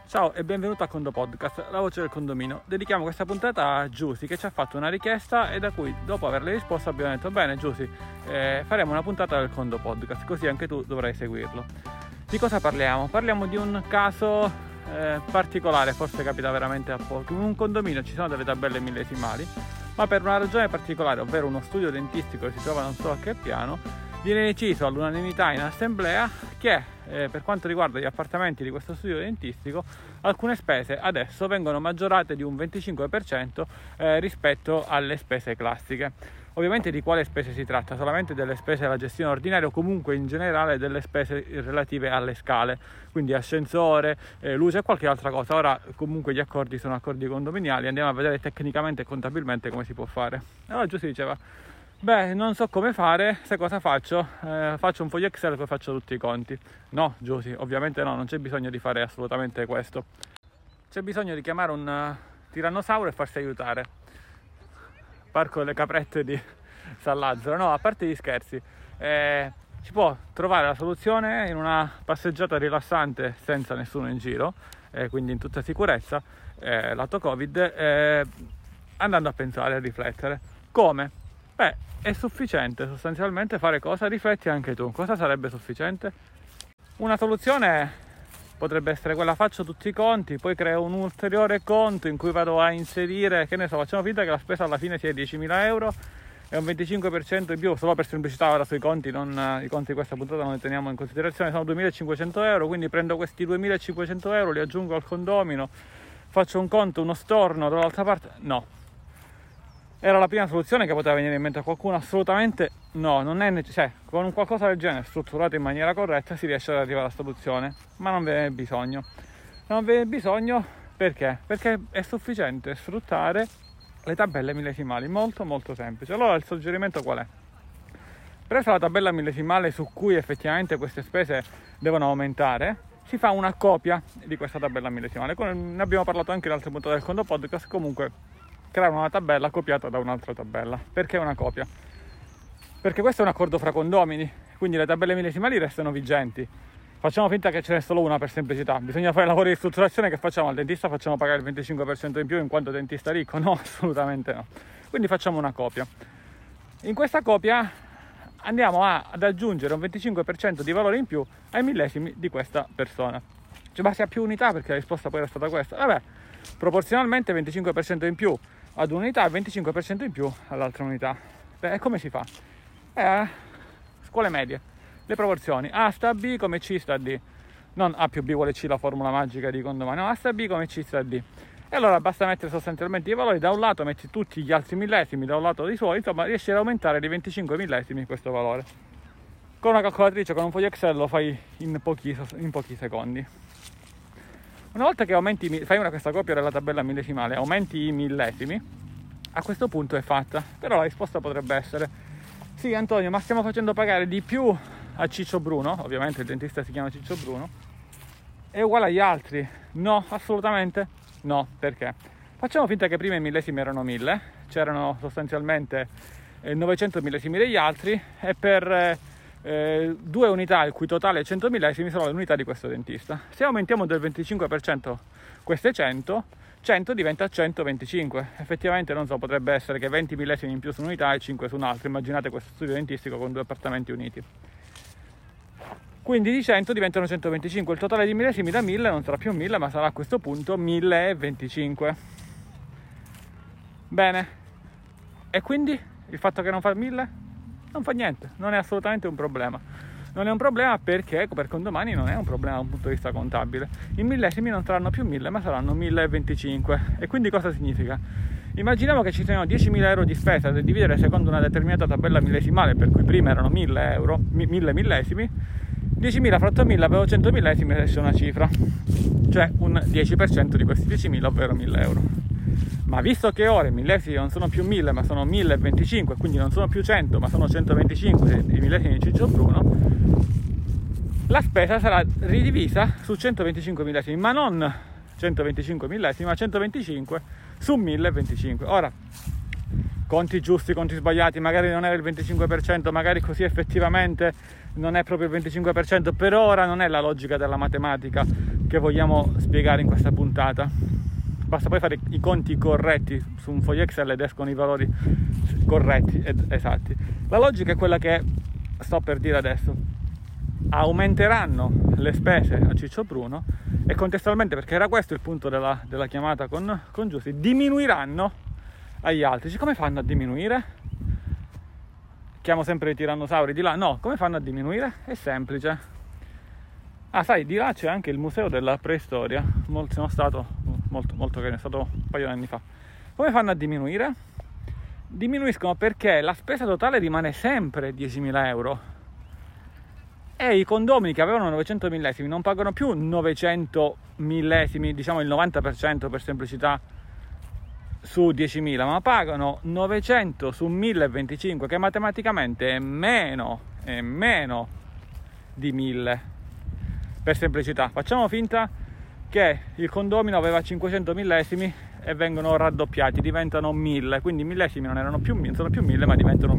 Ciao e benvenuto a Condo Podcast, la voce del condominio. Dedichiamo questa puntata a Giusy che ci ha fatto una richiesta e da cui dopo averle risposto abbiamo detto bene Giusy, faremo una puntata del Condo Podcast, così anche tu dovrai seguirlo. Di cosa parliamo? Parliamo di un caso particolare, forse capita veramente a pochi. In un condominio ci sono delle tabelle millesimali, ma per una ragione particolare, ovvero uno studio dentistico che si trova non so a che piano, viene deciso all'unanimità in assemblea che per quanto riguarda gli appartamenti di questo studio dentistico alcune spese adesso vengono maggiorate di un 25% rispetto alle spese classiche. Ovviamente di quale spese si tratta? Solamente delle spese alla gestione ordinaria o comunque in generale delle spese relative alle scale, quindi ascensore, luce e qualche altra cosa. Ora comunque gli accordi sono accordi condominiali, andiamo a vedere tecnicamente e contabilmente come si può fare. Allora Giusy diceva: beh, non so come fare, sai cosa faccio? Faccio un foglio Excel e poi faccio tutti i conti. No, Giusy, ovviamente no, non c'è bisogno di fare assolutamente questo. C'è bisogno di chiamare un tirannosauro e farsi aiutare. Parco delle caprette di San Lazzaro. No, a parte gli scherzi, si può trovare la soluzione in una passeggiata rilassante senza nessuno in giro, quindi in tutta sicurezza, lato Covid, andando a pensare, a riflettere. Come? Beh, è sufficiente sostanzialmente fare cosa? Rifletti anche tu. Cosa sarebbe sufficiente? Una soluzione potrebbe essere quella: faccio tutti i conti, poi creo un ulteriore conto in cui vado a inserire, che ne so, facciamo finta che la spesa alla fine sia 10.000 euro e un 25% in più, solo per semplicità ora sui conti, i conti di questa puntata non li teniamo in considerazione, sono 2.500 euro, quindi prendo questi 2.500 euro, li aggiungo al condomino, faccio un conto, uno storno dall'altra parte. No. Era la prima soluzione che poteva venire in mente a qualcuno? Assolutamente no, non è necessario. Con un qualcosa del genere strutturato in maniera corretta si riesce ad arrivare alla soluzione, ma non ve ne è bisogno. Non ve ne è bisogno perché? Perché è sufficiente sfruttare le tabelle millesimali, molto molto semplice. Allora il suggerimento qual è? Presa la tabella millesimale su cui effettivamente queste spese devono aumentare, si fa una copia di questa tabella millesimale. Ne abbiamo parlato anche in altre puntate del Condo Podcast. Comunque creare una tabella copiata da un'altra tabella. Perché una copia? Perché questo è un accordo fra condomini, quindi le tabelle millesimali restano vigenti. Facciamo finta che ce n'è solo una per semplicità. Bisogna fare lavori di strutturazione, che facciamo? Al dentista facciamo pagare il 25% in più in quanto dentista ricco? No, assolutamente no. Quindi facciamo una copia. In questa copia andiamo ad aggiungere un 25% di valore in più ai millesimi di questa persona. Cioè, ma si ha più unità, perché la risposta poi era stata questa. Vabbè, proporzionalmente 25% in più ad un'unità e 25% in più all'altra unità. Beh, come si fa? Scuole medie, le proporzioni A sta a B come C sta a D, non A più B uguale C, la formula magica di condomani, no, A sta a B come C sta a D. E allora basta mettere sostanzialmente i valori, da un lato metti tutti gli altri millesimi, da un lato dei suoi, insomma riesci ad aumentare di 25 millesimi questo valore. Con una calcolatrice, con un foglio Excel lo fai in pochi secondi. Una volta che fai questa copia della tabella millesimale, aumenti i millesimi, a questo punto è fatta. Però la risposta potrebbe essere: sì Antonio, ma stiamo facendo pagare di più a Ciccio Bruno, ovviamente il dentista si chiama Ciccio Bruno, è uguale agli altri? No, assolutamente no. Perché? Facciamo finta che prima i millesimi erano 1000, c'erano sostanzialmente 900 millesimi degli altri, e per due unità il cui totale è 100 millesimi sono le unità di questo dentista. Se aumentiamo del 25% queste 100 diventa 125. Effettivamente, non so, potrebbe essere che 20 millesimi in più su un'unità e 5 su un'altra. Immaginate questo studio dentistico con due appartamenti uniti. Quindi di 100 diventano 125. Il totale di millesimi da 1000 non sarà più 1000, ma sarà a questo punto 1025. Bene. E quindi il fatto che non fa 1000? Non fa niente, non è assolutamente un problema. Non è un problema perché per condomani non è un problema da un punto di vista contabile. I millesimi non saranno più 1000, ma saranno 1025. E quindi cosa significa? Immaginiamo che ci siano 10.000 euro di spesa da dividere secondo una determinata tabella millesimale, per cui prima erano 1000 euro, 1000 millesimi. 10.000 fratto 1000 avevo 100 millesimi, esce una cifra, cioè un 10% di questi 10.000, ovvero 1.000 euro. Ma visto che ora i millesimi non sono più 1000 ma sono 1025, quindi non sono più 100 ma sono 125 i millesimi di Ciccio Bruno, la spesa sarà ridivisa su 125 millesimi, ma non 125 millesimi, ma 125 su 1025. Ora, conti giusti, conti sbagliati, magari non era il 25%, magari così effettivamente non è proprio il 25%, per ora non è la logica della matematica, che vogliamo spiegare in questa puntata. Basta poi fare i conti corretti su un foglio Excel ed escono i valori corretti ed esatti. La logica è quella che sto per dire adesso: aumenteranno le spese a Ciccio Bruno e contestualmente, perché era questo il punto della chiamata con Giussi, diminuiranno agli altri. Come fanno a diminuire? Chiamo sempre i tirannosauri di là. No, come fanno a diminuire? È semplice. Ah, sai, di là c'è anche il museo della preistoria. Sono stato molto carino, è stato un paio di anni fa. Come fanno a diminuire? Diminuiscono perché la spesa totale rimane sempre 10.000 euro e i condomini che avevano 900 millesimi non pagano più 900 millesimi, diciamo il 90% per semplicità, su 10.000, ma pagano 900 su 1.025, che matematicamente è meno di 1.000. Per semplicità, facciamo finta che il condomino aveva 500 millesimi e vengono raddoppiati, diventano 1.000, quindi i millesimi non sono più 1.000 ma diventano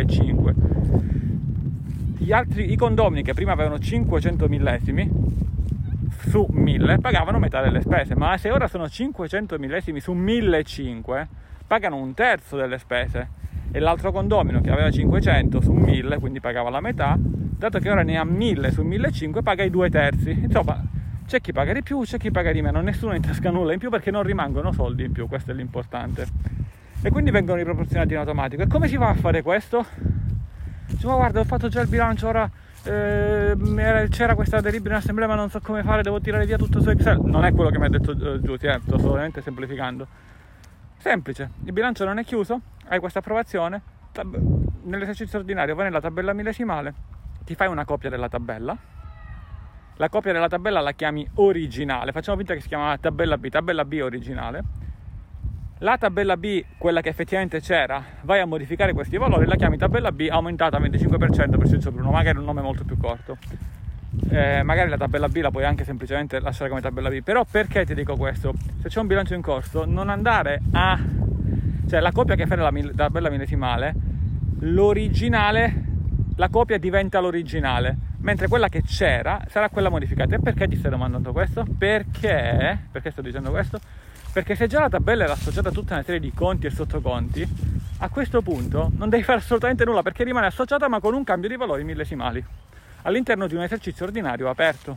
1.500. I condomini che prima avevano 500 millesimi su 1.000 pagavano metà delle spese, ma se ora sono 500 millesimi su 1.500 pagano un terzo delle spese, e l'altro condomino che aveva 500 su 1.000, quindi pagava la metà, dato che ora ne ha 1.000 su 1.500 paga i 2/3. Insomma, c'è chi paga di più, c'è chi paga di meno, nessuno intasca nulla in più perché non rimangono soldi in più, questo è l'importante, e quindi vengono riproporzionati in automatico. E come si fa a fare questo? Ma guarda, ho fatto già il bilancio, ora c'era questa delibera in assemblea ma non so come fare, devo tirare via tutto su Excel. Non è quello che mi ha detto Giussi, sto solamente semplificando. Semplice, il bilancio non è chiuso, hai questa approvazione, nell'esercizio ordinario vai nella tabella millesimale, ti fai una copia della tabella, la copia della tabella la chiami originale, facciamo finta che si chiama tabella B originale. La tabella B, quella che effettivamente c'era, vai a modificare questi valori, la chiami tabella B aumentata a 25% per Ciccio Bruno, magari un nome molto più corto. Magari la tabella B la puoi anche semplicemente lasciare come tabella B. Però perché ti dico questo? Se c'è un bilancio in corso, non andare a... cioè la copia che fai della tabella millesimale, l'originale, la copia diventa l'originale, mentre quella che c'era sarà quella modificata. E perché ti stai domandando questo? Perché sto dicendo questo? Perché se già la tabella era associata a tutta una serie di conti e sottoconti, a questo punto non devi fare assolutamente nulla, perché rimane associata ma con un cambio di valori millesimali all'interno di un esercizio ordinario aperto.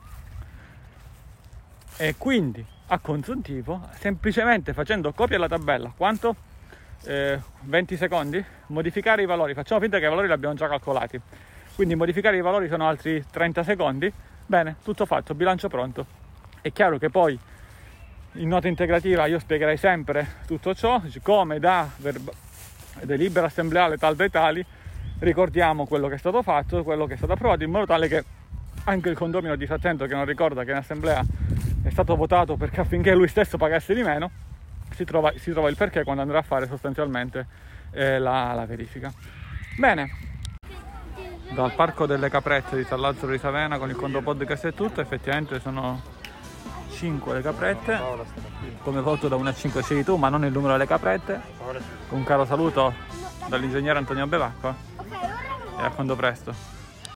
E quindi a consuntivo, semplicemente facendo copia della tabella, quanto? 20 secondi? Modificare i valori, facciamo finta che i valori li abbiamo già calcolati, quindi modificare i valori sono altri 30 secondi, bene, tutto fatto, bilancio pronto. È chiaro che poi in nota integrativa io spiegherei sempre tutto ciò, come da delibera assembleale tal dei tali ricordiamo quello che è stato fatto, quello che è stato approvato, in modo tale che anche il condomino disattento che non ricorda che in assemblea è stato votato perché affinché lui stesso pagasse di meno, si trova il perché quando andrà a fare sostanzialmente la verifica. Bene, dal Parco delle Caprette di San Lazzaro di Savena con il Condo Podcast è tutto. Effettivamente sono 5 le caprette, come voto da 1 a 5 scegli tu, ma non il numero delle caprette. Un caro saluto dall'ingegnere Antonio Bevacqua e a quando presto.